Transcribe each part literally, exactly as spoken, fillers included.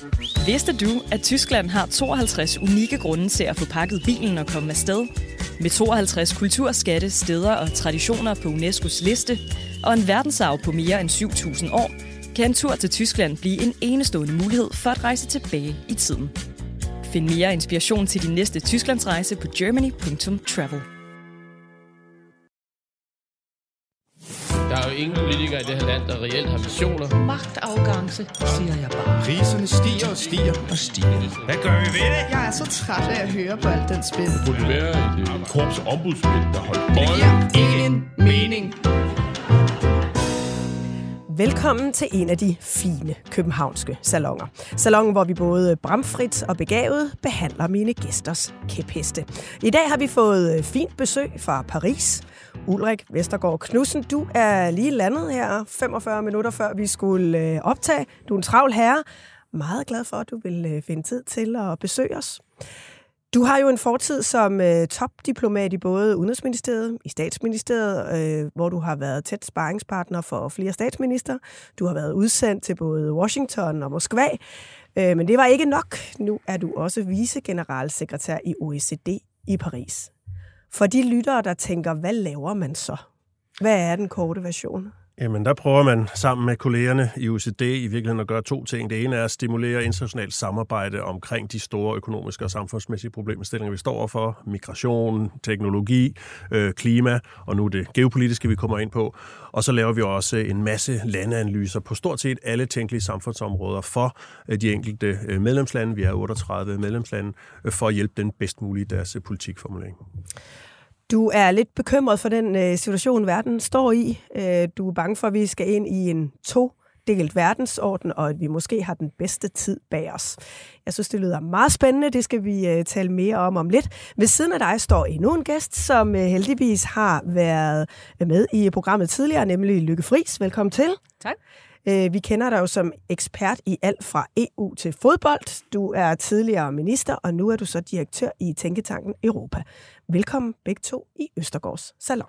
Vidste du, at Tyskland har tooghalvtreds unikke grunde til at få pakket bilen og komme afsted? Med tooghalvtreds kulturskatte, steder og traditioner på UNESCOs liste, og en verdensarv på mere end syv tusind år, kan en tur til Tyskland blive en enestående mulighed for at rejse tilbage i tiden. Find mere inspiration til din næste Tysklandsrejse på germany punktum travel. Der er jo ingen politikere i det her land, der reelt har visioner. Magtafgangse, siger jeg bare. Priserne stiger og stiger og stiger. Hvad gør vi ved det? Jeg er så træt af at høre på alt den spil. Det burde være et, et korps ombudsmænd, der holdt bolden. Det giver ingen mening. Velkommen til en af de fine københavnske salonger. Salongen, hvor vi både bramfrit og begavet behandler mine gæsters kæpheste. I dag har vi fået fint besøg fra Paris. Ulrik Vestergaard Knudsen, du er lige landet her femogfyrre minutter før vi skulle optage. Du er en travl herre. Meget glad for, at du vil finde tid til at besøge os. Du har jo en fortid som øh, topdiplomat i både Udenrigsministeriet, i Statsministeriet, øh, hvor du har været tæt sparringspartner for flere statsminister. Du har været udsendt til både Washington og Moskva, øh, men det var ikke nok. Nu er du også vicegeneralsekretær i O E C D i Paris. For de lyttere, der tænker, hvad laver man så? Hvad er den korte version? Jamen, der prøver man sammen med kollegerne i O E C D i virkeligheden at gøre to ting. Det ene er at stimulere internationalt samarbejde omkring de store økonomiske og samfundsmæssige problemstillinger, vi står overfor. Migration, teknologi, øh, klima, og nu det geopolitiske, vi kommer ind på. Og så laver vi også en masse landeanalyser på stort set alle tænkelige samfundsområder for de enkelte medlemslande. Vi er otteogtredive medlemslande, for at hjælpe den bedst mulige deres politikformulering. Du er lidt bekymret for den øh, situation, verden står i. Øh, du er bange for, at vi skal ind i en todelt verdensorden, og at vi måske har den bedste tid bag os. Jeg synes, det lyder meget spændende. Det skal vi øh, tale mere om om lidt. Ved siden af dig står endnu en gæst, som øh, heldigvis har været med i programmet tidligere, nemlig Lykke Friis. Velkommen til. Tak. Vi kender dig jo som ekspert i alt fra E U til fodbold. Du er tidligere minister, og nu er du så direktør i Tænketanken Europa. Velkommen begge to i Østergaards Salon.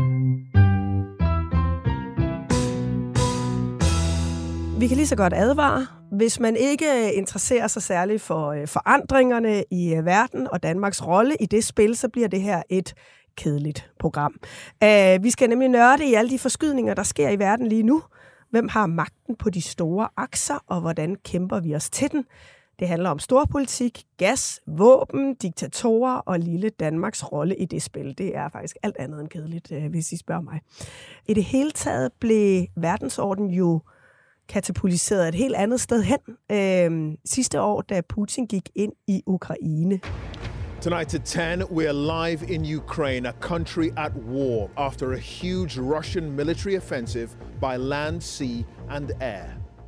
Vi kan lige så godt advare, hvis man ikke interesserer sig særligt for forandringerne i verden og Danmarks rolle i det spil, så bliver det her et kedeligt program. Vi skal nemlig nørde i alle de forskydninger, der sker i verden lige nu. Hvem har magten på de store akser, og hvordan kæmper vi os til den? Det handler om storpolitik, gas, våben, diktatorer og lille Danmarks rolle i det spil. Det er faktisk alt andet end kedeligt, hvis I spørger mig. I det hele taget blev verdensordenen jo katapultiseret et helt andet sted hen. Øh, sidste år, da Putin gik ind i Ukraine. Tonight at ten, we're live in Ukraine, a country at war after a huge Russian military offensive by land, sea and air.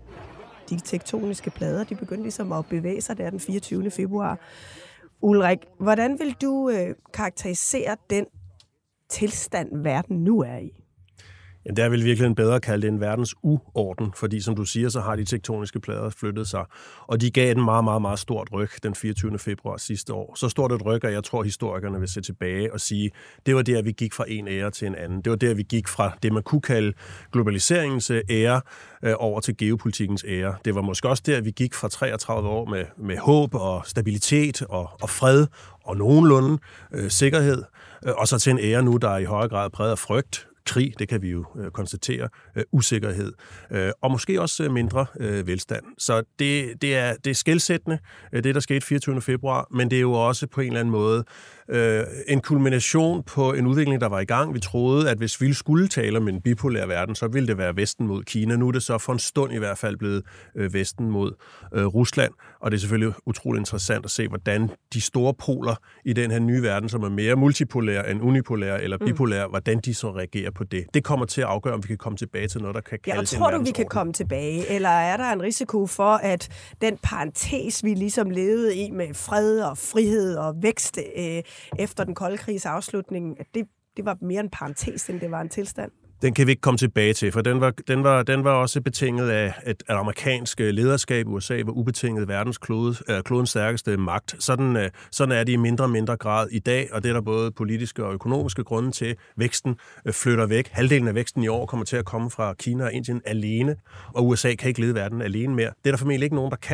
De tektoniske plader, de begyndte ligesom at bevæge sig der den fireogtyvende februar. Ulrik, hvordan vil du øh, karakterisere den tilstand, verden nu er i? Ja, det er vel virkelig en bedre at kalde det en verdens uorden, fordi som du siger, så har de tektoniske plader flyttet sig. Og de gav et meget, meget, meget stort ryg den fireogtyvende februar sidste år. Så stort et ryg, at jeg tror, historikerne vil se tilbage og sige, det var der, vi gik fra en ære til en anden. Det var der, vi gik fra det, man kunne kalde globaliseringens ære øh, over til geopolitikkens ære. Det var måske også der, vi gik fra treogtredive år med, med håb og stabilitet og, og fred og nogenlunde øh, sikkerhed, øh, og så til en ære nu, der er i højere grad præget af frygt, krig, det kan vi jo øh, konstatere, øh, usikkerhed, øh, og måske også øh, mindre øh, velstand. Så det, det er, det er skelsættende, øh, det der skete fireogtyvende februar, men det er jo også på en eller anden måde øh, en kulmination på en udvikling, der var i gang. Vi troede, at hvis vi skulle tale om en bipolær verden, så ville det være Vesten mod Kina. Nu er det så for en stund i hvert fald blevet øh, Vesten mod øh, Rusland, og det er selvfølgelig utrolig interessant at se, hvordan de store poler i den her nye verden, som er mere multipolær end unipolær eller bipolær, mm. hvordan de så reagerer på det. Det kommer til at afgøre, om vi kan komme tilbage til noget, der kan kaldes en Ja, og tror du, vi kan komme tilbage? Eller er der en risiko for, at den parentes, vi ligesom levede i med fred og frihed og vækst øh, efter den kolde krigs afslutning, at det, det var mere en parentes, end det var en tilstand? Den kan vi ikke komme tilbage til, for den var, den var, den var også betinget af, at amerikansk lederskab i U S A var ubetinget verdens klode, øh, klodens stærkeste magt. Sådan, øh, sådan er det i mindre og mindre grad i dag, og det er der både politiske og økonomiske grunde til. Væksten øh, flytter væk. Halvdelen af væksten i år kommer til at komme fra Kina og Indien alene, og U S A kan ikke lede verden alene mere. Det er der formentlig ikke nogen, der kan.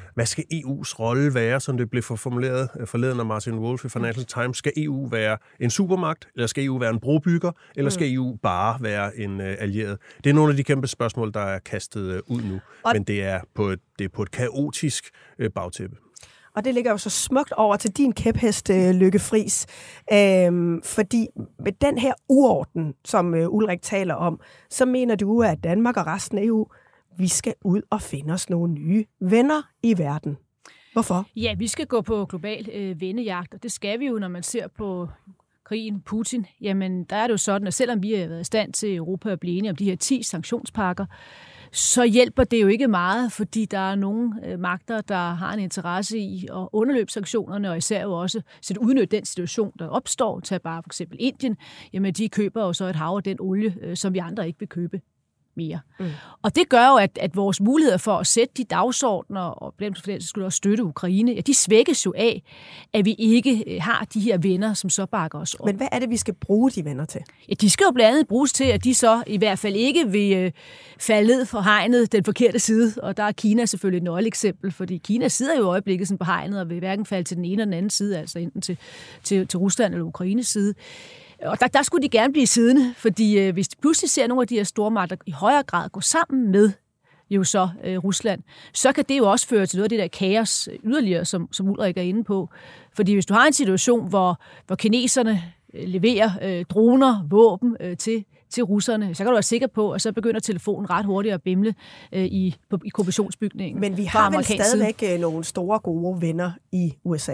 hvad skal E U's rolle være, som det blev formuleret forleden af Martin Wolf i Financial Times? Skal E U være en supermagt, eller skal E U være en brobygger, eller skal E U bare være en øh, allieret? Det er nogle af de kæmpe spørgsmål, der er kastet øh, ud nu, og men det er på et, det er på et kaotisk øh, bagtæppe. Og det ligger jo så smukt over til din kæphest, Lykke Friis. Øhm, fordi med den her uorden, som øh, Ulrik taler om, så mener du, at Danmark og resten af E U, vi skal ud og finde os nogle nye venner i verden. Hvorfor? Ja, vi skal gå på global øh, vennejagt, og det skal vi jo, når man ser på krigen, Putin. Jamen, der er det jo sådan, at selvom vi har været i stand til Europa at blive enige om de her ti sanktionspakker, så hjælper det jo ikke meget, fordi der er nogle øh, magter, der har en interesse i at underløbe sanktionerne, og især jo også at udnytte den situation, der opstår. Tag bare for eksempel Indien. Jamen, de køber jo så et hav af den olie, øh, som vi andre ikke vil købe mere. Mm. Og det gør jo, at, at vores muligheder for at sætte de dagsordner, og blandt andet skulle også støtte Ukraine, ja, de svækkes jo af, at vi ikke har de her venner, som så bakker os op. Men hvad er det, vi skal bruge de venner til? Ja, de skal jo blandt andet bruges til, at de så i hvert fald ikke vil øh, falde ned for hegnet den forkerte side, og der er Kina selvfølgelig et nøgleeksempel, fordi Kina sidder jo i øjeblikket sådan på hegnet, og vil hverken falde til den ene eller den anden side, altså enten til, til, til Rusland eller Ukraines side. Og der, der skulle de gerne blive siddende, fordi øh, hvis de pludselig ser nogle af de her stormagter i højere grad gå sammen med jo så øh, Rusland, så kan det jo også føre til noget af det der kaos yderligere, som, som Ulrik er inde på. Fordi hvis du har en situation, hvor, hvor kineserne øh, leverer øh, droner, våben øh, til, til russerne, så kan du være sikker på, at så begynder telefonen ret hurtigt at bimle øh, i, på, i kommissionsbygningen. Men vi har vel stadigvæk side. nogle store gode venner i U S A?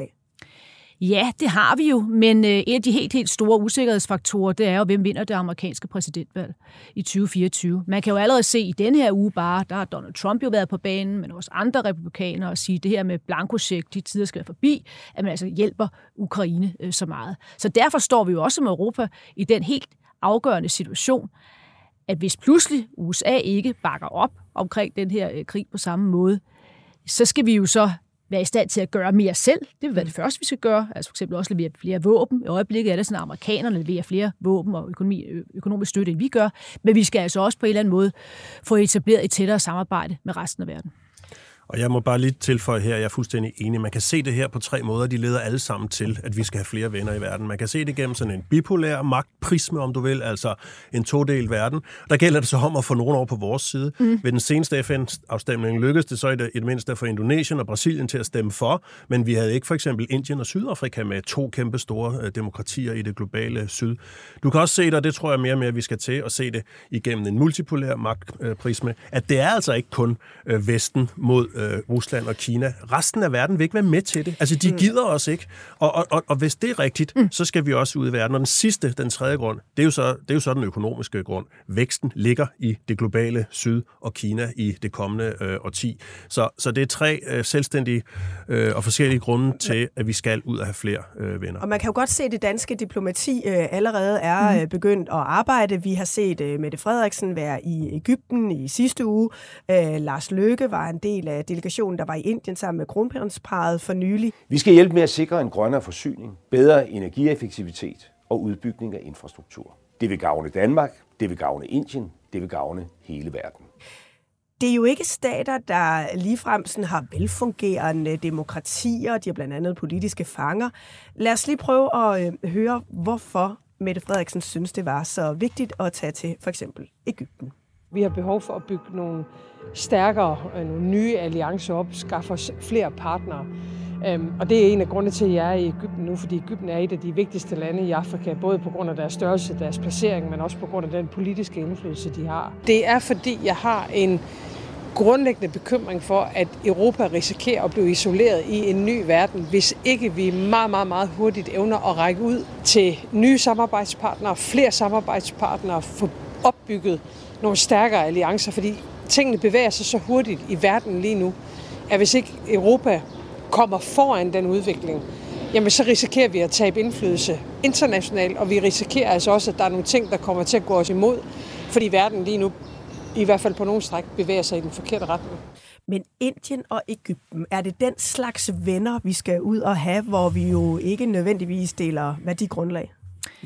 Ja, det har vi jo, men øh, en af de helt, helt store usikkerhedsfaktorer, det er jo, hvem vinder det amerikanske præsidentvalg i tyve fireogtyve. Man kan jo allerede se i denne her uge bare, der har Donald Trump jo været på banen, men også andre republikanere og sige, at det her med blankocheck, de tider skal være forbi, at man altså hjælper Ukraine øh, så meget. Så derfor står vi jo også som Europa i den helt afgørende situation, at hvis pludselig U S A ikke bakker op omkring den her øh, krig på samme måde, så skal vi jo så være i stand til at gøre mere selv. Det vil være det første, vi skal gøre. Altså for eksempel også levere flere våben. I øjeblikket er det sådan, at amerikanerne leverer flere våben og økonomi, økonomisk støtte, end vi gør. Men vi skal altså også på en eller anden måde få etableret et tættere samarbejde med resten af verden. Og jeg må bare lige tilføje her, jeg er fuldstændig enig. Man kan se det her på tre måder. De leder alle sammen til, at vi skal have flere venner i verden. Man kan se det gennem sådan en bipolær magtprisme, om du vil, altså en todel verden. Der gælder det så om at få nogen over på vores side. Mm. Ved den seneste F N-afstemning lykkedes det så i det, i det mindste for Indonesien og Brasilien til at stemme for, men vi havde ikke for eksempel Indien og Sydafrika med to kæmpe store øh, demokratier i det globale syd. Du kan også se det, og det tror jeg mere og mere, vi skal til at se det igennem en multipolær magtprisme, at det er altså ikke kun øh, Vesten mod Øh, Rusland og Kina. Resten af verden vil ikke være med til det. Altså, de mm. gider os ikke. Og, og, og, og hvis det er rigtigt, mm. så skal vi også ud i verden. Og den sidste, den tredje grund, det er jo så, det er jo så den økonomiske grund. Væksten ligger i det globale syd og Kina i det kommende øh, årti. Så, så det er tre øh, selvstændige øh, og forskellige grunde til, at vi skal ud og have flere øh, venner. Og man kan jo godt se, at det danske diplomati øh, allerede er øh, begyndt at arbejde. Vi har set øh, Mette Frederiksen være i Egypten i sidste uge. Øh, Lars Løkke var en del af delegationen, der var i Indien sammen med kronprinsparret for nylig. Vi skal hjælpe med at sikre en grønnere forsyning, bedre energieffektivitet og udbygning af infrastruktur. Det vil gavne Danmark, det vil gavne Indien, det vil gavne hele verden. Det er jo ikke stater, der ligefrem sådan har velfungerende demokratier. De har blandt andet politiske fanger. Lad os lige prøve at øh, høre, hvorfor Mette Frederiksen synes, det var så vigtigt at tage til for eksempel Egypten. Vi har behov for at bygge nogle stærkere, nogle nye alliancer op, skaffe os flere partnere. Øhm, og det er en af grundene til, at jeg er i Egypten nu, fordi Egypten er et af de vigtigste lande i Afrika, både på grund af deres størrelse, deres placering, men også på grund af den politiske indflydelse, de har. Det er fordi, jeg har en grundlæggende bekymring for, at Europa risikerer at blive isoleret i en ny verden, hvis ikke vi meget, meget, meget hurtigt evner at række ud til nye samarbejdspartnere, flere samarbejdspartnere, få opbygget nogle stærkere alliancer, fordi tingene bevæger sig så hurtigt i verden lige nu, at hvis ikke Europa kommer foran den udvikling, jamen så risikerer vi at tabe indflydelse internationalt, og vi risikerer altså også, at der er nogle ting, der kommer til at gå os imod, fordi verden lige nu, i hvert fald på nogle stræk, bevæger sig i den forkerte retning. Men Indien og Egypten, er det den slags venner, vi skal ud og have, hvor vi jo ikke nødvendigvis deler værdigrundlag?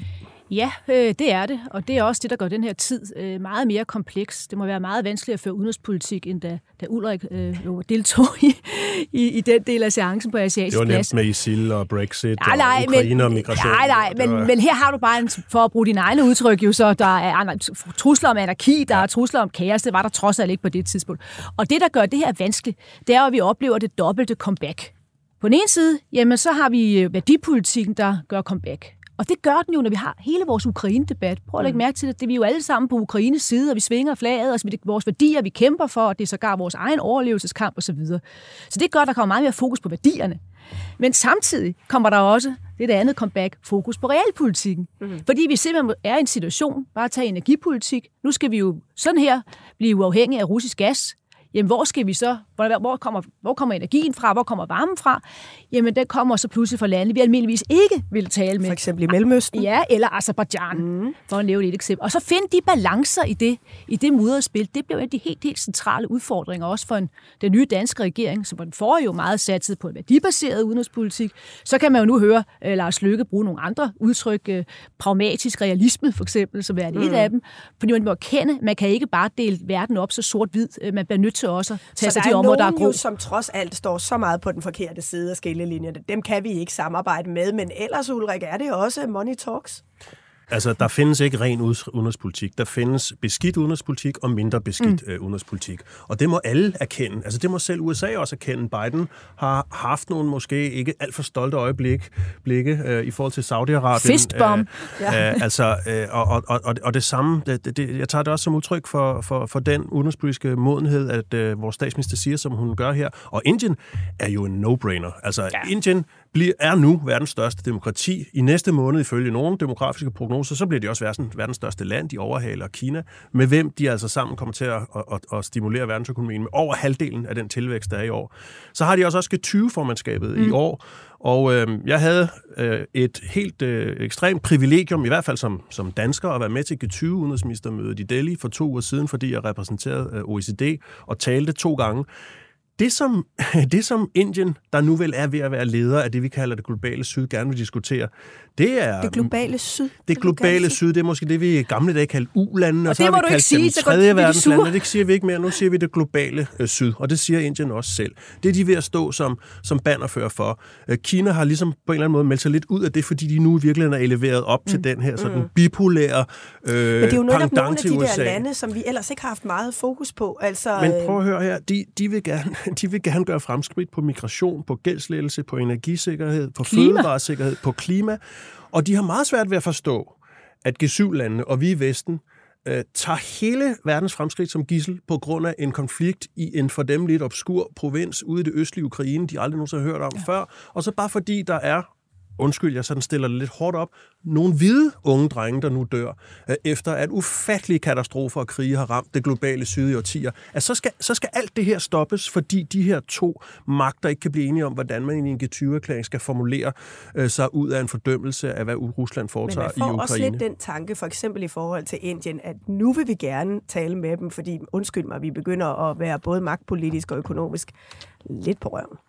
Ja, øh, det er det, og det er også det, der gør den her tid øh, meget mere kompleks. Det må være meget vanskeligt at føre udenrigspolitik, end da, da Ulrik øh, jo deltog i, i, i den del af seancen på asiatisk plads. Det var nemt med ISIL og Brexit nej, nej, og Ukraine men, og migration. Nej, nej, men, var... men her har du bare, en, for at bruge dine egne udtryk, jo så, der er andre, trusler om anarki, der er trusler om kaos, det var der trods alt ikke på det tidspunkt. Og det, der gør det her vanskeligt, det er, at vi oplever det dobbelte comeback. På den ene side, jamen, så har vi værdipolitikken, der gør comeback. Og det gør den jo, når vi har hele vores Ukraine-debat. Prøv at lægge mærke til det. Det er vi jo alle sammen på Ukraines side, og vi svinger flaget, og det er vores værdier, vi kæmper for, og det er sågar vores egen overlevelseskamp osv. Så det gør, at der kommer meget mere fokus på værdierne. Men samtidig kommer der også, det er det andet comeback, fokus på realpolitikken. Mm. Fordi vi simpelthen er i en situation, bare tage energipolitik. Nu skal vi jo sådan her blive uafhængige af russisk gas. Jamen, hvor skal vi så? Hvor, hvor, kommer, hvor kommer energien fra? Hvor kommer varmen fra? Jamen, den kommer så pludselig fra lande, vi almindeligvis ikke vil tale med. For eksempel i Mellemøsten. Ja, eller Aserbajdsjan, mm. for at nævne et eksempel. Og så finde de balancer i det, i det mudrede spil. Det bliver jo de helt, helt centrale udfordringer, også for en, den nye danske regering, som den får jo meget satset på en værdibaseret udenrigspolitik. Så kan man jo nu høre uh, Lars Løkke bruge nogle andre udtryk, uh, pragmatisk realisme for eksempel, som er det mm. et af dem. Fordi man må erkende, man kan ikke bare dele verden op så sort-hvid. Uh, man bliver nødt til også at tage sig de områder, der er grå. Jo, som trods alt står så meget på den forkerte side af skillelinjerne. Dem kan vi ikke samarbejde med, men ellers, Ulrik, er det også money talks? Altså, der findes ikke ren udenrigspolitik. Der findes beskidt udenrigspolitik og mindre beskidt mm. øh, udenrigspolitik. Og det må alle erkende. Altså, det må selv U S A også erkende. Biden har haft nogle måske ikke alt for stolte øjeblik, blikke øh, i forhold til Saudi-Arabien. Fistbomb. Øh, ja. øh, altså, øh, og, og, og, og det samme, det, det, jeg tager det også som udtryk for, for, for den udenrigspolitiske modenhed, at øh, vores statsminister siger, som hun gør her. Og Indien er jo en no-brainer. Altså, ja. Indien bliver, er nu verdens største demokrati. I næste måned, ifølge nogle demografiske prognoser, så bliver de også verdens, verdens største land. De overhaler Kina, med hvem de altså sammen kommer til at, at, at stimulere verdensøkonomien med over halvdelen af den tilvækst, der er i år. Så har de også også G tyve-formandskabet mm. i år, og øh, jeg havde øh, et helt øh, ekstremt privilegium, i hvert fald som, som dansker, at være med til G tyve-udenrigsministermødet i Delhi for to uger siden, fordi jeg repræsenterede øh, O E C D og talte to gange. Det som, det, som Indien, der nu vel er ved at være leder af det, vi kalder det globale syd, gerne vil diskutere, det er... Det globale syd? Det globale syd, det er måske det, vi i gamle dage kaldte U-landene, og, og så har vi kaldt sige, dem tredje verdenslande. Det siger vi ikke mere, nu siger vi det globale øh, syd, og det siger Indien også selv. Det er de ved at stå som, som bannerfører for. Øh, Kina har ligesom på en eller anden måde meldt sig lidt ud af det, fordi de nu i virkeligheden er eleveret op mm. til den her sådan mm. bipolære øh, Men det er jo netop nogle af de U S A. der lande, som vi ellers ikke har haft meget fokus på. Altså, Men prøv at høre her, de, de vil gerne... De vil gerne gøre fremskridt på migration, på gældslettelse, på energisikkerhed, på klima. Fødevaresikkerhed, på klima. Og de har meget svært ved at forstå, at G syv-landene og vi i Vesten øh, tager hele verdens fremskridt som gidsel på grund af en konflikt i en for dem lidt obskur provins ude i det østlige Ukraine, de aldrig nogensinde har hørt om ja. før. Og så bare fordi der er, undskyld, jeg sådan stiller det lidt hårdt op, nogle hvide unge drenge, der nu dør, efter at ufattelige katastrofer og krige har ramt det globale syd i årtier, at så skal, så skal alt det her stoppes, fordi de her to magter ikke kan blive enige om, hvordan man i en G tyve-erklæring skal formulere øh, sig ud af en fordømmelse af, hvad Rusland foretager i Ukraine. Men jeg får også lidt den tanke, for eksempel i forhold til Indien, at nu vil vi gerne tale med dem, fordi, undskyld mig, vi begynder at være både magtpolitisk og økonomisk lidt på røven.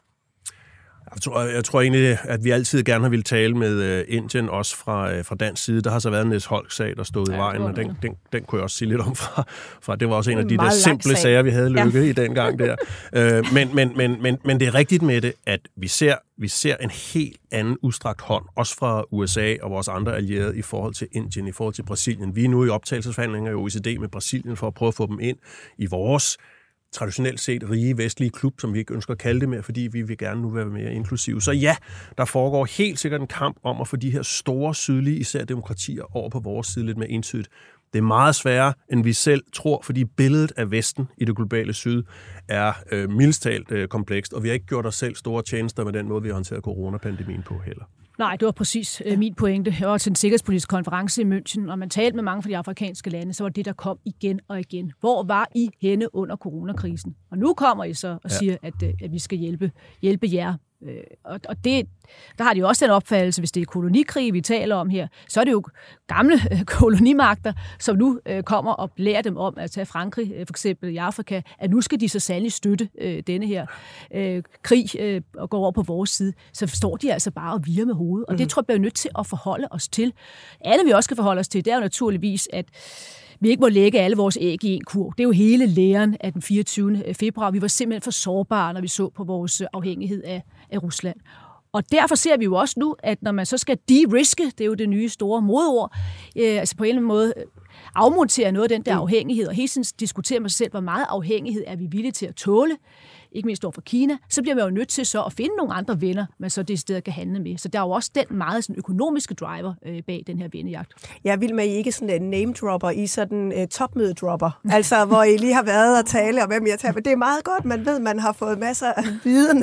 Jeg tror, jeg tror egentlig, at vi altid gerne har ville tale med uh, Indien, også fra, uh, fra dansk side. Der har så været en Niels Holck-sag, der stod ja, i vejen, og den, den, den kunne jeg også sige lidt om fra. fra det var også en af de der simple sag. sager, vi havde Lykke ja. i den gang der. uh, men, men, men, men, men det er rigtigt med det, at vi ser, vi ser en helt anden udstrakt hånd, også fra U S A og vores andre allierede i forhold til Indien, i forhold til Brasilien. Vi er nu i optagelsesforhandlinger i O E C D med Brasilien for at prøve at få dem ind i vores traditionelt set rige vestlige klub, som vi ikke ønsker at kalde det mere, fordi vi vil gerne nu være mere inklusive. Så ja, der foregår helt sikkert en kamp om at få de her store sydlige, især demokratier, over på vores side lidt mere entydigt. Det er meget sværere, end vi selv tror, fordi billedet af Vesten i det globale syd er øh, mildest talt øh, komplekst, og vi har ikke gjort os selv store tjenester med den måde, vi har håndteret coronapandemien på heller. Nej, det var præcis øh, min pointe. Jeg var til en sikkerhedspolitisk konference i München, og man talte med mange fra de afrikanske lande, så var det, der kom igen og igen. Hvor var I henne under coronakrisen? Og nu kommer I så og ja. siger, at, øh, at vi skal hjælpe, hjælpe jer Og, og det, der har de også den opfattelse, hvis det er kolonikrig, vi taler om her, så er det jo gamle øh, kolonimagter, som nu øh, kommer og lærer dem om at tage Frankrig, øh, for eksempel i Afrika, at nu skal de så sandelig støtte øh, denne her øh, krig øh, og gå over på vores side. Så forstår de altså bare at virre med hovedet. Og det tror jeg, vi er nødt til at forholde os til. Andet vi også skal forholde os til, det er jo naturligvis, at vi ikke må lægge alle vores æg i en kurv. Det er jo hele læren af den fireogtyvende februar. Vi var simpelthen for sårbare, når vi så på vores afhængighed af, af Rusland. Og derfor ser vi jo også nu, at når man så skal de-riske, det er jo det nye store modord, øh, altså på en eller anden måde afmontere noget af den der afhængighed, og hele tiden diskutere med sig selv, hvor meget afhængighed er vi villige til at tåle, ikke mindst over for Kina, så bliver man jo nødt til så at finde nogle andre venner, man så det sted kan handle med. Så der er jo også den meget sådan, økonomiske driver øh, bag den her vennejagt. Jeg vil med, I ikke sådan en name-dropper, I sådan en uh, topmøde-dropper, altså hvor I lige har været og tale om, hvem jeg tager. Men det er meget godt, man ved, man har fået masser af viden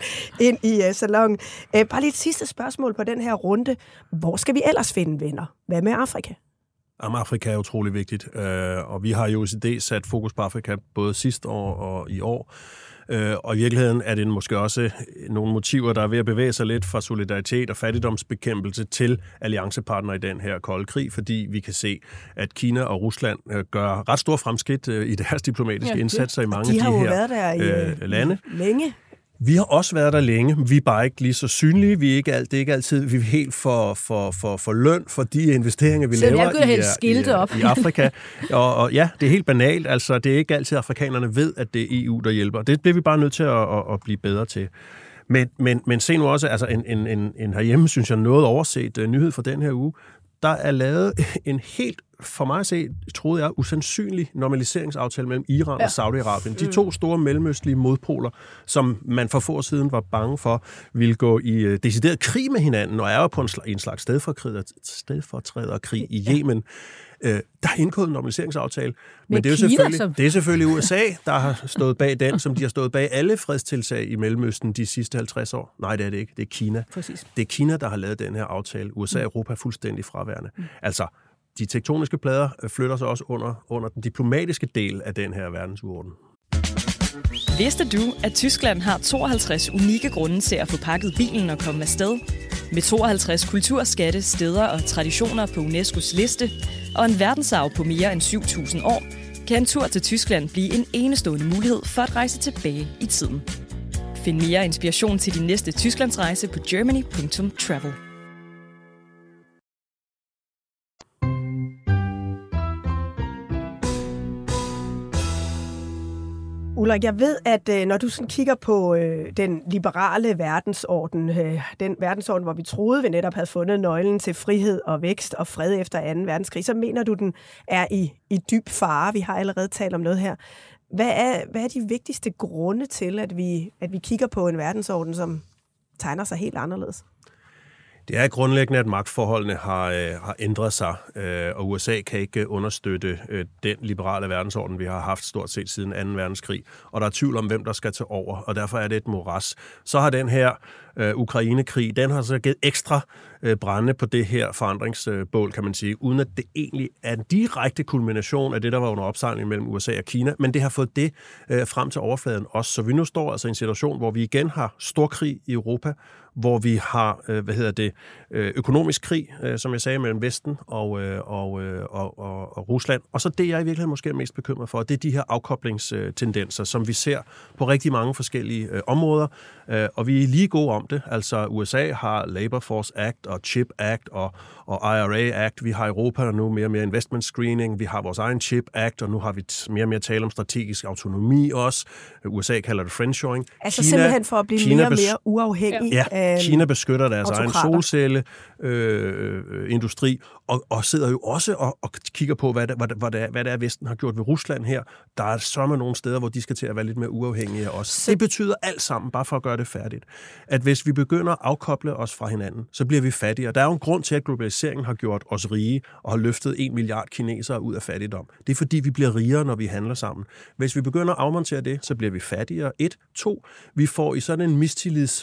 ind i uh, salongen. Uh, bare lige et sidste spørgsmål på den her runde. Hvor skal vi ellers finde venner? Hvad med Afrika? Jamen, Afrika er utrolig vigtigt, øh, og vi har jo O E C D sat fokus på Afrika både sidste år og i år. Øh, og i virkeligheden er det måske også nogle motiver, der er ved at bevæge sig lidt fra solidaritet og fattigdomsbekæmpelse til alliancepartner i den her kolde krig, fordi vi kan se, at Kina og Rusland øh, gør ret store fremskridt øh, i deres diplomatiske ja, indsatser i mange de af de her været der i, øh, lande. Længe. Vi har også været der længe. Vi er bare ikke lige så synlige. Vi er ikke, alt, det er ikke altid vi er helt for, for, for, for løn for de investeringer, vi så laver i, i, i, op. i Afrika. Og, og ja, det er helt banalt. Altså, det er ikke altid, at afrikanerne ved, at det er E U, der hjælper. Det bliver vi bare nødt til at, at, at blive bedre til. Men, men, men se nu også, altså en, en, en, en herhjemme, synes jeg, noget overset uh, nyhed for den her uge. Der er lavet en helt, for mig at se, troede jeg, usandsynlig normaliseringsaftale mellem Iran ja. og Saudi-Arabien. De to store mellemøstlige modpoler, som man for få år siden var bange for, ville gå i uh, decideret krig med hinanden, og er jo på en, sl- en slags stedfortræderkrig i Yemen. Uh, der er indgået en normaliseringsaftale, men det er jo selvfølgelig, som... det er selvfølgelig U S A, der har stået bag den, som de har stået bag alle fredstiltag i Mellemøsten de sidste halvtreds år. Nej, det er det ikke. Det er Kina. Præcis. Det er Kina, der har lavet den her aftale. U S A og Europa er fuldstændig fraværende. Mm. Altså, de tektoniske plader flytter sig også under, under den diplomatiske del af den her verdensorden. Vidste du, at Tyskland har tooghalvtreds unikke grunde til at få pakket bilen og komme afsted? Med tooghalvtreds kulturskatte, steder og traditioner på UNESCO's liste og en verdensarv på mere end syv tusind år, kan en tur til Tyskland blive en enestående mulighed for at rejse tilbage i tiden. Find mere inspiration til din næste Tysklandsrejse på germany punktum travel. Ulrik, jeg ved, at øh, når du sådan kigger på øh, den liberale verdensorden, øh, den verdensorden, hvor vi troede, vi netop havde fundet nøglen til frihed og vækst og fred efter anden verdenskrig, så mener du, den er i, i dyb fare. Vi har allerede talt om noget her. Hvad er, hvad er de vigtigste grunde til, at vi, at vi kigger på en verdensorden, som tegner sig helt anderledes? Det er grundlæggende, at magtforholdene har, øh, har ændret sig, øh, og U S A kan ikke understøtte øh, den liberale verdensorden, vi har haft stort set siden anden verdenskrig. Og der er tvivl om, hvem der skal tage over, og derfor er det et moras. Så har den her øh, Ukraine-krig, den har så givet ekstra øh, brænde på det her forandringsbål, kan man sige, uden at det egentlig er en direkte kulmination af det, der var under opsejling mellem U S A og Kina, men det har fået det øh, frem til overfladen også. Så vi nu står altså i en situation, hvor vi igen har storkrig i Europa, hvor vi har, øh, hvad hedder det, øh, økonomisk krig, øh, som jeg sagde, mellem Vesten og, øh, og, øh, og, og, og Rusland. Og så det, jeg i virkeligheden måske er mest bekymret for, det er de her afkoblingstendenser, som vi ser på rigtig mange forskellige øh, områder. Øh, og vi er lige gode om det. Altså U S A har Labor Force Act og Chip Act og, og I R A Act. Vi har i Europa nu mere og mere investment screening. Vi har vores egen Chip Act, og nu har vi mere og mere tale om strategisk autonomi også. U S A kalder det friendshoring. Altså Kina, simpelthen for at blive Kina mere og mere uafhængig. Ja. Kina beskytter deres egen solcelleindustri, øh, og, og sidder jo også og, og kigger på, hvad det, hvad, det, hvad, det er, hvad det er, Vesten har gjort ved Rusland her. Der er sørme nogle steder, hvor de skal til at være lidt mere uafhængige af os. Det betyder alt sammen, bare for at gøre det færdigt, at hvis vi begynder at afkoble os fra hinanden, så bliver vi fattigere. Der er jo en grund til, at globaliseringen har gjort os rige og har løftet en milliard kinesere ud af fattigdom. Det er fordi, vi bliver rigere, når vi handler sammen. Hvis vi begynder at afmontere det, så bliver vi fattigere. Et. To. Vi får i sådan en mistillids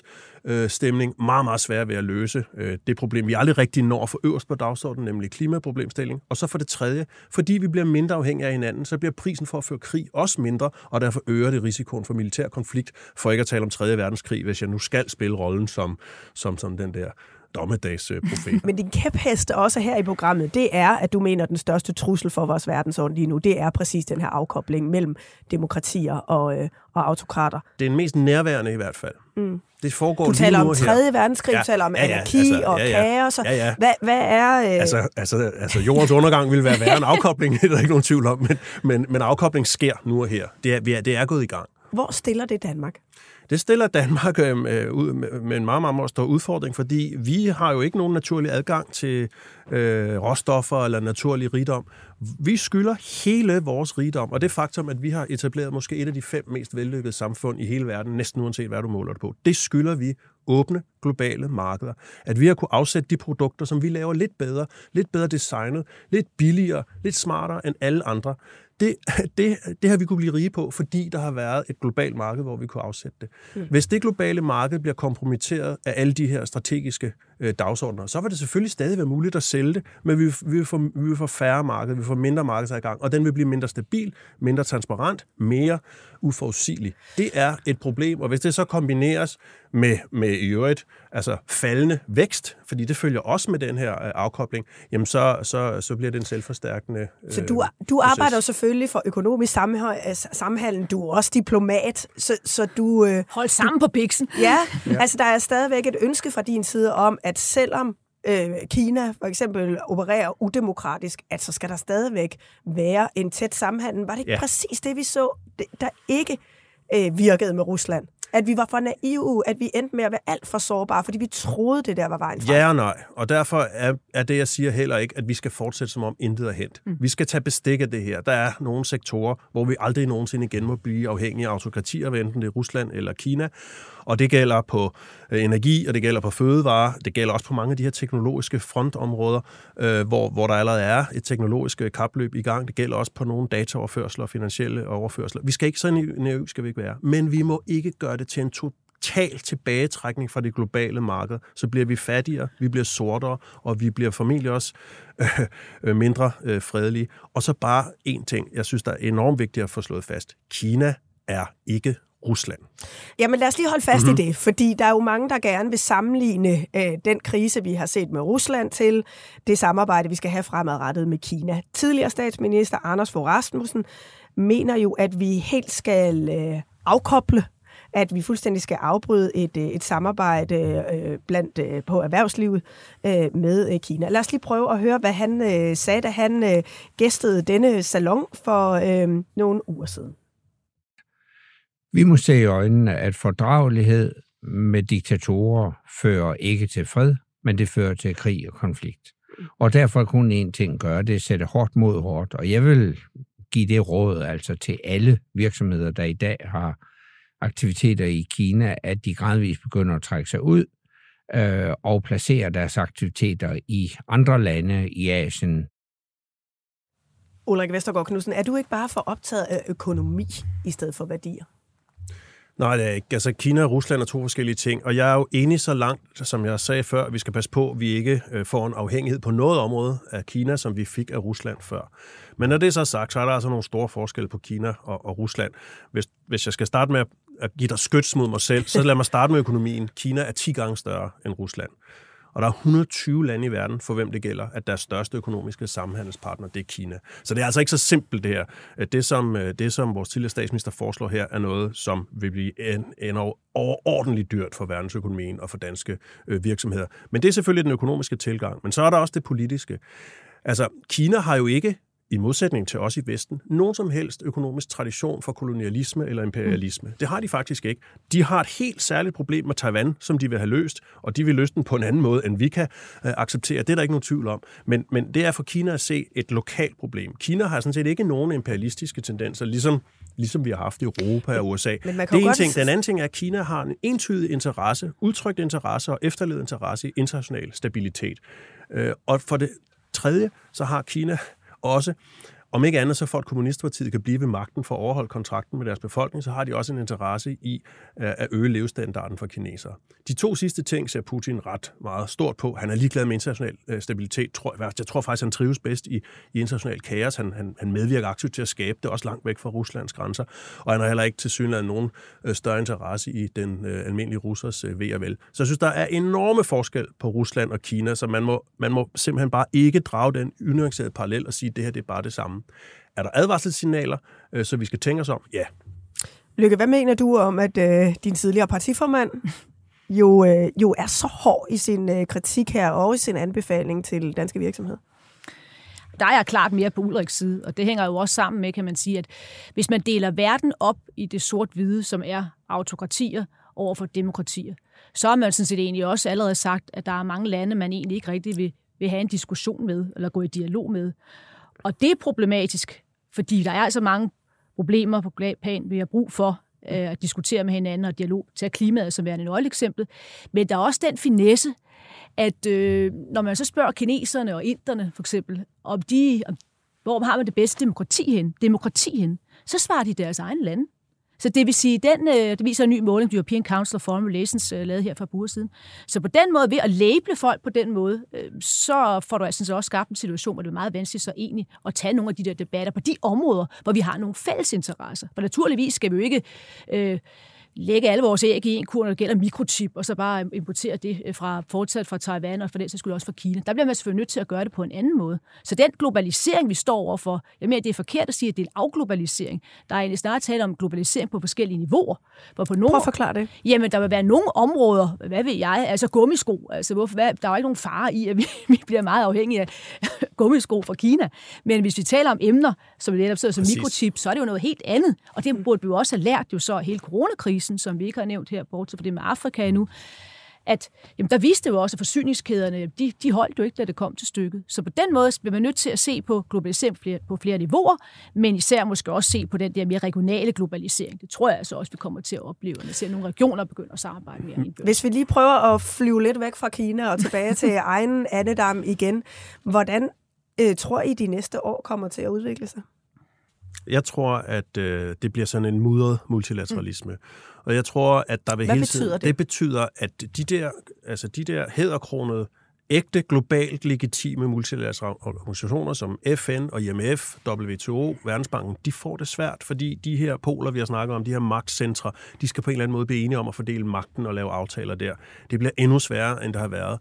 øh, stemning, meget, meget svært ved at løse øh, det problem, vi aldrig rigtig når at få øverst på dagsordenen, nemlig klimaproblemstilling. Og så for det tredje, fordi vi bliver mindre afhængige af hinanden, så bliver prisen for at føre krig også mindre, og derfor øger det risikoen for militær konflikt, for ikke at tale om tredje verdenskrig, hvis jeg nu skal spille rollen som, som, som den der dommedagsprofet. Men din kæphest også her i programmet, det er, at du mener, at den største trussel for vores verdensorden lige nu, det er præcis den her afkobling mellem demokratier og, øh, og autokrater. Det er den mest nærværende i hvert fald. Mm. Det foregår du taler om tredje her. verdenskrig, ja, du taler om ja, ja, anarki altså, og ja, ja. kaos. Ja, ja. Hvad, hvad er... Øh... Altså, altså, altså, jordens undergang vil være værre en afkobling, det er der ikke nogen tvivl om, men, men, men afkobling sker nu og her. Det er, det er gået i gang. Hvor stiller det Danmark? Det stiller Danmark øh, ud med, med en meget, meget, meget stor udfordring, fordi vi har jo ikke nogen naturlig adgang til øh, råstoffer eller naturlig rigdom. Vi skylder hele vores rigdom, og det faktum, at vi har etableret måske et af de fem mest vellykkede samfund i hele verden, næsten uanset hvad du måler det på, det skylder vi åbne globale markeder. At vi har kunne afsætte de produkter, som vi laver lidt bedre, lidt bedre designet, lidt billigere, lidt smartere end alle andre. Det, det, det har vi kunne blive rige på, fordi der har været et globalt marked, hvor vi kunne afsætte det. Mm. Hvis det globale marked bliver kompromitteret af alle de her strategiske øh, dagsordner, så vil det selvfølgelig stadig være muligt at sælge det, men vi, vi, vil, få, vi vil få færre marked, vi vil få mindre markedsadgang, og den vil blive mindre stabil, mindre transparent, mere uforudsigelig. Det er et problem, og hvis det så kombineres med, med i øvrigt altså faldende vækst, fordi det følger også med den her øh, afkobling, jamen så, så, så bliver det en selvforstærkende øh, Så du, du arbejder jo selvfølgelig for økonomisk sammenhandel, du er også diplomat, så, så du... Øh, Hold sammen på biksen. Ja, ja, altså der er stadigvæk et ønske fra din side om, at selvom øh, Kina for eksempel opererer udemokratisk, at så skal der stadigvæk være en tæt sammenhandel. Var det ikke ja. præcis det, vi så, der ikke øh, virkede med Rusland? At vi var for naive, at vi endte med at være alt for sårbare, fordi vi troede, det der var vejen frem. Ja og nej, og derfor er, er det, jeg siger heller ikke, at vi skal fortsætte som om intet er hent. Mm. Vi skal tage bestik af det her. Der er nogle sektorer, hvor vi aldrig nogensinde igen må blive afhængige af autokratier, enten det er Rusland eller Kina. Og det gælder på øh, energi, og det gælder på fødevarer. Det gælder også på mange af de her teknologiske frontområder, øh, hvor, hvor der allerede er et teknologisk kapløb i gang. Det gælder også på nogle dataoverførsler og finansielle overførsler. Vi skal ikke så naive, skal vi ikke være. Men vi må ikke gøre det til en total tilbagetrækning fra det globale marked. Så bliver vi fattigere, vi bliver sortere, og vi bliver formentlig også øh, mindre øh, fredelige. Og så bare én ting, jeg synes, der er enormt vigtigt at få slået fast. Kina er ikke Rusland. Jamen lad os lige holde fast mm-hmm. i det, fordi der er jo mange, der gerne vil sammenligne øh, den krise, vi har set med Rusland, til det samarbejde, vi skal have fremadrettet med Kina. Tidligere statsminister Anders Fogh Rasmussen mener jo, at vi helt skal øh, afkoble, at vi fuldstændig skal afbryde et, et samarbejde øh, blandt øh, på erhvervslivet øh, med øh, Kina. Lad os lige prøve at høre, hvad han øh, sagde, da han øh, gæstede denne salon for øh, nogle uger siden. Vi må se i øjnene, at fordragelighed med diktatorer fører ikke til fred, men det fører til krig og konflikt. Og derfor kun én ting gøre, det er at sætte hårdt mod hårdt. Og jeg vil give det råd altså til alle virksomheder, der i dag har aktiviteter i Kina, at de gradvist begynder at trække sig ud øh, og placere deres aktiviteter i andre lande i Asien. Ulrik Vestergaard Knudsen, er du ikke bare for optaget af økonomi i stedet for værdier? Nej, det er ikke. Altså, Kina og Rusland er to forskellige ting, og jeg er jo enig så langt, som jeg sagde før, at vi skal passe på, at vi ikke får en afhængighed på noget område af Kina, som vi fik af Rusland før. Men når det er så sagt, så er der altså nogle store forskelle på Kina og, og Rusland. Hvis, hvis jeg skal starte med at give dig skyts mod mig selv, så lad mig starte med økonomien. Kina er ti gange større end Rusland. Og der er et hundrede og tyve lande i verden, for hvem det gælder, at deres største økonomiske samhandelspartner, det er Kina. Så det er altså ikke så simpelt det her. Det, som, det, som vores tidligere statsminister foreslår her, er noget, som vil blive en, en overordentligt dyrt for verdensøkonomien og for danske øh, virksomheder. Men det er selvfølgelig den økonomiske tilgang. Men så er der også det politiske. Altså, Kina har jo ikke, i modsætning til os i Vesten, nogen som helst økonomisk tradition for kolonialisme eller imperialisme. Det har de faktisk ikke. De har et helt særligt problem med Taiwan, som de vil have løst, og de vil løse den på en anden måde, end vi kan øh, acceptere. Det er der ikke nogen tvivl om. Men, men det er for Kina at se et lokalt problem. Kina har sådan set ikke nogen imperialistiske tendenser, ligesom, ligesom vi har haft i Europa og U S A. Det er en ting. Den anden ting er, at Kina har en entydig interesse, udtrykt interesse og efterlevet interesse i international stabilitet. Øh, og for det tredje, så har Kina også, om ikke andet, så for at kommunistpartiet kan blive ved magten for at overholde kontrakten med deres befolkning, så har de også en interesse i at øge levestandarden for kinesere. De to sidste ting ser Putin ret meget stort på. Han er ligeglad med international stabilitet, tror jeg. Jeg tror faktisk, han trives bedst i, i international kaos. Han, han, han medvirker aktivt til at skabe det, også langt væk fra Ruslands grænser. Og han har heller ikke til synligheden nogen større interesse i den øh, almindelige russers øh, ved og vel. Så jeg synes, der er enorme forskel på Rusland og Kina, så man må, man må simpelthen bare ikke drage den unuancerede parallel og sige, at det her det er bare det samme. Er der advarselssignaler, øh, så vi skal tænke os om? Ja. Lykke, hvad mener du om, at øh, din tidligere partiformand jo, øh, jo er så hård i sin øh, kritik her, og i sin anbefaling til danske virksomheder? Der er jeg klart mere på Ulriks side, og det hænger jo også sammen med, kan man sige, at hvis man deler verden op i det sort-hvide, som er autokratier over for demokratier, så har man sådan set egentlig også allerede sagt, at der er mange lande, man egentlig ikke rigtig vil, vil have en diskussion med, eller gå i dialog med. Og det er problematisk, fordi der er altså mange problemer på plan, vi har brug for øh, at diskutere med hinanden og dialog. Tag klimaet som værende et nøgleeksempel. Men der er også den finesse, at øh, når man så spørger kineserne og inderne for eksempel, om de, om, hvor har man det bedste demokrati hen, demokrati hen, så svarer de deres egen lande. Så det vil sige, den, øh, det viser en ny måling, The European Council of Foreign Relations øh, lavede her for et par uger siden. Så på den måde, ved at label folk på den måde, øh, så får du altså også skabt en situation, hvor det er meget vanskeligt så egentlig at tage nogle af de der debatter på de områder, hvor vi har nogle fælles interesser. For naturligvis skal vi jo ikke øh, lægge alle vores æg i en kur, når det gælder mikrochip, og så bare importere det fra, fortsat fra Taiwan, og for den så skulle også fra Kina. Der bliver man selvfølgelig nødt til at gøre det på en anden måde. Så den globalisering, vi står overfor, jeg mener, det er forkert at sige, at det er en afglobalisering. Der er egentlig snart tale om globalisering på forskellige niveauer. Hvor på nogle, Prøv at forklare det. Jamen, der vil være nogle områder, hvad ved jeg, altså gummisko. Altså, hvorfor, hvad, der er jo ikke nogen fare i, at vi, vi bliver meget afhængige af gummisko fra Kina. Men hvis vi taler om emner, som vi netop sidder som mikrochip, så er det jo noget helt andet. Og det burde vi jo også have lært jo så hele coronakrisen, som vi ikke har nævnt her, bortset for det med Afrika endnu, at jamen, der viste jo også, at forsyningskæderne, de, de holdt jo ikke, da det kom til stykket. Så på den måde bliver man nødt til at se på globalisering på flere, på flere niveauer, men især måske også se på den der mere regionale globalisering. Det tror jeg altså også, vi kommer til at opleve, når vi ser nogle regioner begynder at samarbejde mere. Hvis vi lige prøver at flyve lidt væk fra Kina og tilbage til egen andedam igen, hvordan øh, tror I, de næste år kommer til at udvikle sig? Jeg tror, at øh, det bliver sådan en mudret multilateralisme. Mm. Og jeg tror, at der vil Hvad hele betyder tiden... det? Det betyder, at de der, altså de der hæderkronede, ægte, globalt legitime multilaterale organisationer som F N og I M F, W T O, Verdensbanken, de får det svært, fordi de her poler, vi har snakket om, de her magtcentre, de skal på en eller anden måde blive enige om at fordele magten og lave aftaler der. Det bliver endnu sværere, end det har været.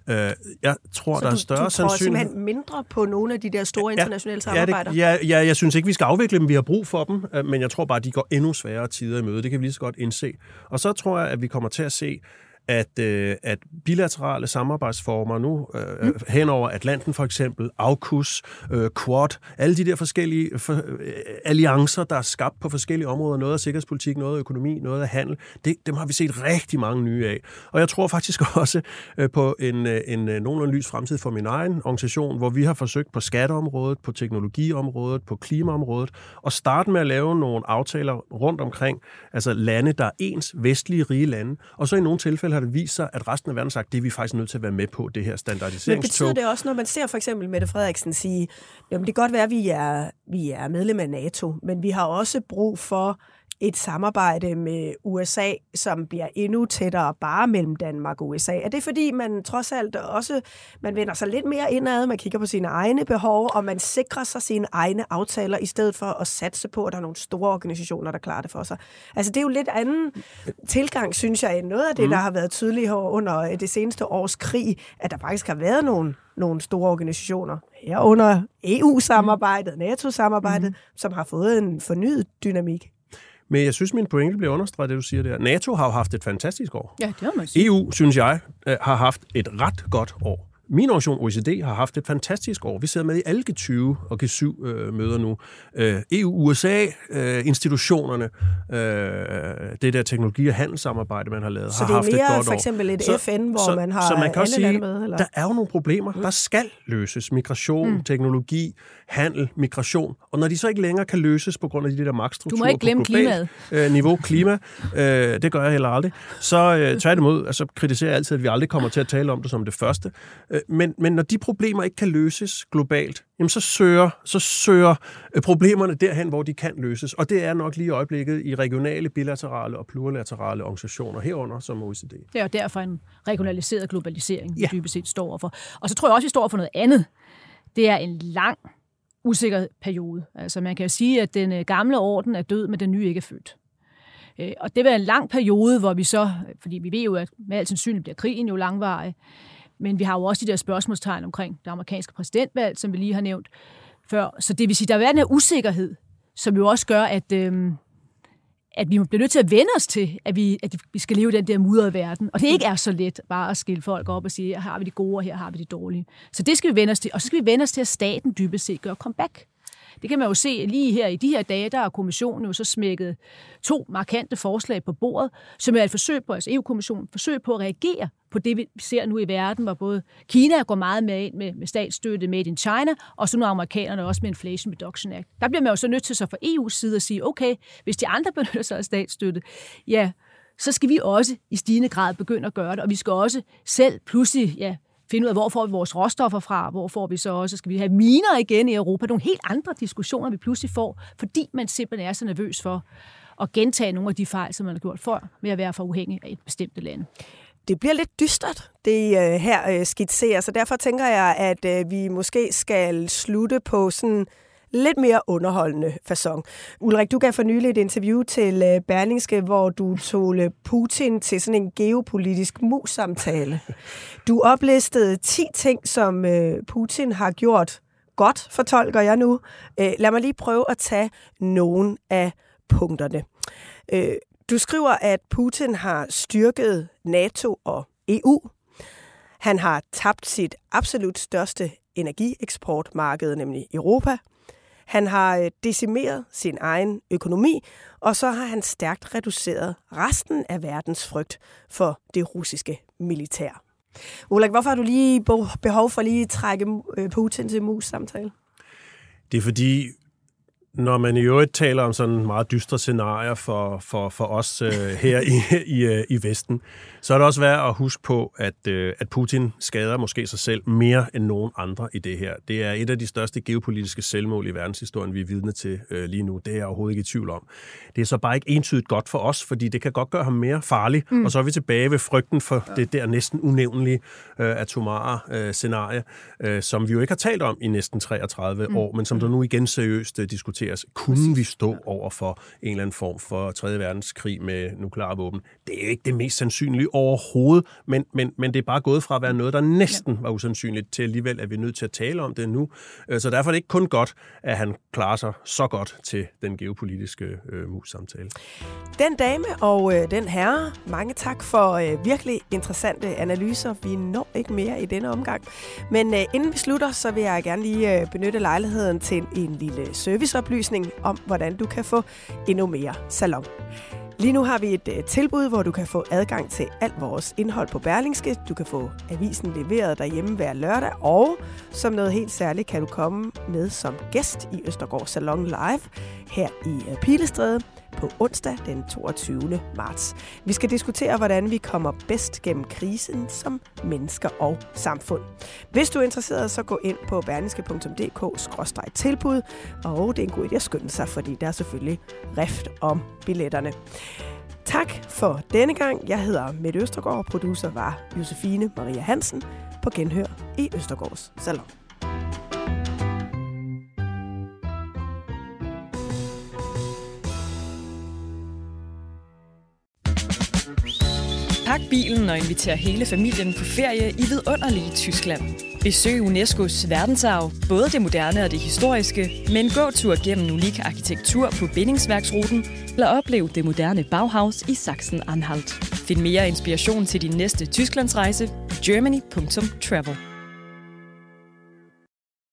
Jeg tror, så der du, er større du tror sandsynlighed... simpelthen mindre på nogle af de der store ja, internationale samarbejder? Ja, det, ja, ja, jeg synes ikke, vi skal afvikle dem. Vi har brug for dem, men jeg tror bare, de går endnu sværere tider i møde. Det kan vi lige så godt indse. Og så tror jeg, at vi kommer til at se, at, øh, at bilaterale samarbejdsformer nu, øh, mm. hen over Atlanten for eksempel, AUKUS, øh, Quad, alle de der forskellige for, øh, alliancer, der er skabt på forskellige områder, noget af sikkerhedspolitik, noget af økonomi, noget af handel, det, dem har vi set rigtig mange nye af. Og jeg tror faktisk også øh, på en, en, en nogenlunde lys fremtid for min egen organisation, hvor vi har forsøgt på skatteområdet, på teknologiområdet, på klimaområdet, og starte med at lave nogle aftaler rundt omkring, altså lande, der er ens, vestlige, rige lande, og så i nogle tilfælde har det vist sig, at resten af verden sagt, det er vi faktisk nødt til at være med på, det her standardiseringstog. Men betyder det også, når man ser for eksempel Mette Frederiksen sige, jamen det kan godt være, at vi er, vi er medlem af NATO, men vi har også brug for et samarbejde med U S A, som bliver endnu tættere bare mellem Danmark og U S A. Er det fordi, man trods alt også, man vender sig lidt mere indad, man kigger på sine egne behov, og man sikrer sig sine egne aftaler, i stedet for at satse på, at der er nogle store organisationer, der klarer det for sig? Altså det er jo lidt anden tilgang, synes jeg, end noget af det, mm. der har været tydeligt under det seneste års krig, at der faktisk har været nogle, nogle store organisationer, herunder E U-samarbejdet, NATO-samarbejdet, mm. som har fået en fornyet dynamik. Men jeg synes, min pointe bliver understreget, det du siger der. NATO har jo haft et fantastisk år. Ja, det har man sige. E U, synes jeg, har haft et ret godt år. Min organisation, O E C D, har haft et fantastisk år. Vi sidder med i alle G tyve og G syv øh, møder nu. Øh, E U, U S A, øh, institutionerne, øh, det der teknologi- og handelssamarbejde, man har lavet, så har haft et godt år. Så det er mere for eksempel et så, F N, hvor så, man har så man kan alle sige, lande med? Eller? Der er jo nogle problemer, mm. der skal løses. Migration, mm. teknologi, handel, migration. Og når de så ikke længere kan løses på grund af de der magtstrukturer, du må ikke glemme på globalt øh, niveau, klima, øh, det gør jeg heller aldrig, så øh, tværtimod, altså, kritiserer jeg altid, at vi aldrig kommer til at tale om det som det første. Men, men når de problemer ikke kan løses globalt, jamen så søger, så søger problemerne derhen, hvor de kan løses. Og det er nok lige i øjeblikket i regionale, bilaterale og plurilaterale organisationer herunder som O E C D. Det er jo derfor en regionaliseret globalisering, vi ja. dybest set står overfor. Og så tror jeg også, vi står for noget andet. Det er en lang, usikker periode. Altså man kan jo sige, at den gamle orden er død, men den nye ikke er født. Og det var en lang periode, hvor vi så, fordi vi ved jo, at med al sandsynlighed bliver krigen jo langvarig, men vi har jo også de der spørgsmålstegn omkring det amerikanske præsidentvalg, som vi lige har nævnt før. Så det vil sige, at der er den her usikkerhed, som jo også gør, at, øhm, at vi bliver nødt til at vende os til, at vi, at vi skal leve i den der mudrede verden. Og det ikke er så let bare at skille folk op og sige, her har vi de gode, og her har vi de dårlige. Så det skal vi vende os til. Og så skal vi vende os til, at staten dybest set gør comeback. Det kan man jo se lige her i de her dage, der har kommissionen jo så smækket to markante forslag på bordet, som er et forsøg på, altså E U-kommissionen, forsøg på at reagere på det, vi ser nu i verden, hvor både Kina går meget med ind med, med statsstøtte Made in China, og så nu amerikanerne også med Inflation Reduction Act. Der bliver man jo så nødt til så fra E U's side at sige, okay, hvis de andre benytter sig af statsstøtte, ja, så skal vi også i stigende grad begynde at gøre det, og vi skal også selv pludselig, ja, finde ud af, hvor får vi vores råstoffer fra, hvor får vi så også, skal vi have miner igen i Europa, nogle helt andre diskussioner, vi pludselig får, fordi man simpelthen er så nervøs for at gentage nogle af de fejl, som man har gjort før, med at være for uafhængig af et bestemt land. Det bliver lidt dystert, det uh, her uh, skitserer, så derfor tænker jeg, at uh, vi måske skal slutte på sådan lidt mere underholdende facon. Ulrik, du gav for nylig et interview til uh, Berlingske, hvor du tog uh, Putin til sådan en geopolitisk mus-samtale. Du oplistede ti ting, som uh, Putin har gjort godt, fortolker jeg nu. Uh, lad mig lige prøve at tage nogle af punkterne. Uh, Du skriver, at Putin har styrket NATO og E U. Han har tabt sit absolut største energieksportmarked, nemlig Europa. Han har decimeret sin egen økonomi, og så har han stærkt reduceret resten af verdens frygt for det russiske militær. Ulrik, hvorfor har du lige behov for lige at trække Putin til mus-samtale? Det er fordi, når man i øvrigt taler om sådan meget dystre scenarier for, for, for os øh, her i, i, i Vesten, så er det også værd at huske på, at, øh, at Putin skader måske sig selv mere end nogen andre i det her. Det er et af de største geopolitiske selvmål i verdenshistorien, vi er vidne til øh, lige nu. Det er jeg overhovedet ikke i tvivl om. Det er så bare ikke entydigt godt for os, fordi det kan godt gøre ham mere farlig. Mm. Og så er vi tilbage ved frygten for ja. det der næsten unævnlige øh, atomare øh, scenarie, øh, som vi jo ikke har talt om i næsten treogtredive mm. år, men som der nu igen seriøst øh, diskuteres. Kunne vi stå over for en eller anden form for tredje verdenskrig med nukleare våben? Det er ikke det mest sandsynlige overhovedet, men, men, men det er bare gået fra at være noget, der næsten var usandsynligt, til alligevel at vi er nødt til at tale om det nu. Så derfor er det ikke kun godt, at han klarer sig så godt til den geopolitiske øh, mus-samtale. Den dame og øh, den herre, mange tak for øh, virkelig interessante analyser. Vi når ikke mere i denne omgang. Men øh, inden vi slutter, så vil jeg gerne lige øh, benytte lejligheden til en, en lille serviceoplysning om, hvordan du kan få endnu mere salon. Lige nu har vi et uh, tilbud, hvor du kan få adgang til alt vores indhold på Berlingske. Du kan få avisen leveret derhjemme hver lørdag, og som noget helt særligt kan du komme med som gæst i Østergaard Salon Live her i uh, Pilestræde på onsdag den toogtyvende marts. Vi skal diskutere, hvordan vi kommer bedst gennem krisen som mennesker og samfund. Hvis du er interesseret, så gå ind på berlingske punktum d k skråstreg tilbud, og det er en god idé at skynde sig, fordi der er selvfølgelig rift om billetterne. Tak for denne gang. Jeg hedder Mette Østergaard, og producer var Josefine Maria Hansen. På genhør i Østergaards Salon. Pak bilen og inviter hele familien på ferie i vidunderlige Tyskland. Besøg UNESCO's verdensarv, både det moderne og det historiske, med en gåtur gennem unik arkitektur på bindingsværksruten, eller oplev det moderne Bauhaus i Sachsen-Anhalt. Find mere inspiration til din næste Tysklandsrejse på germany punktum travel.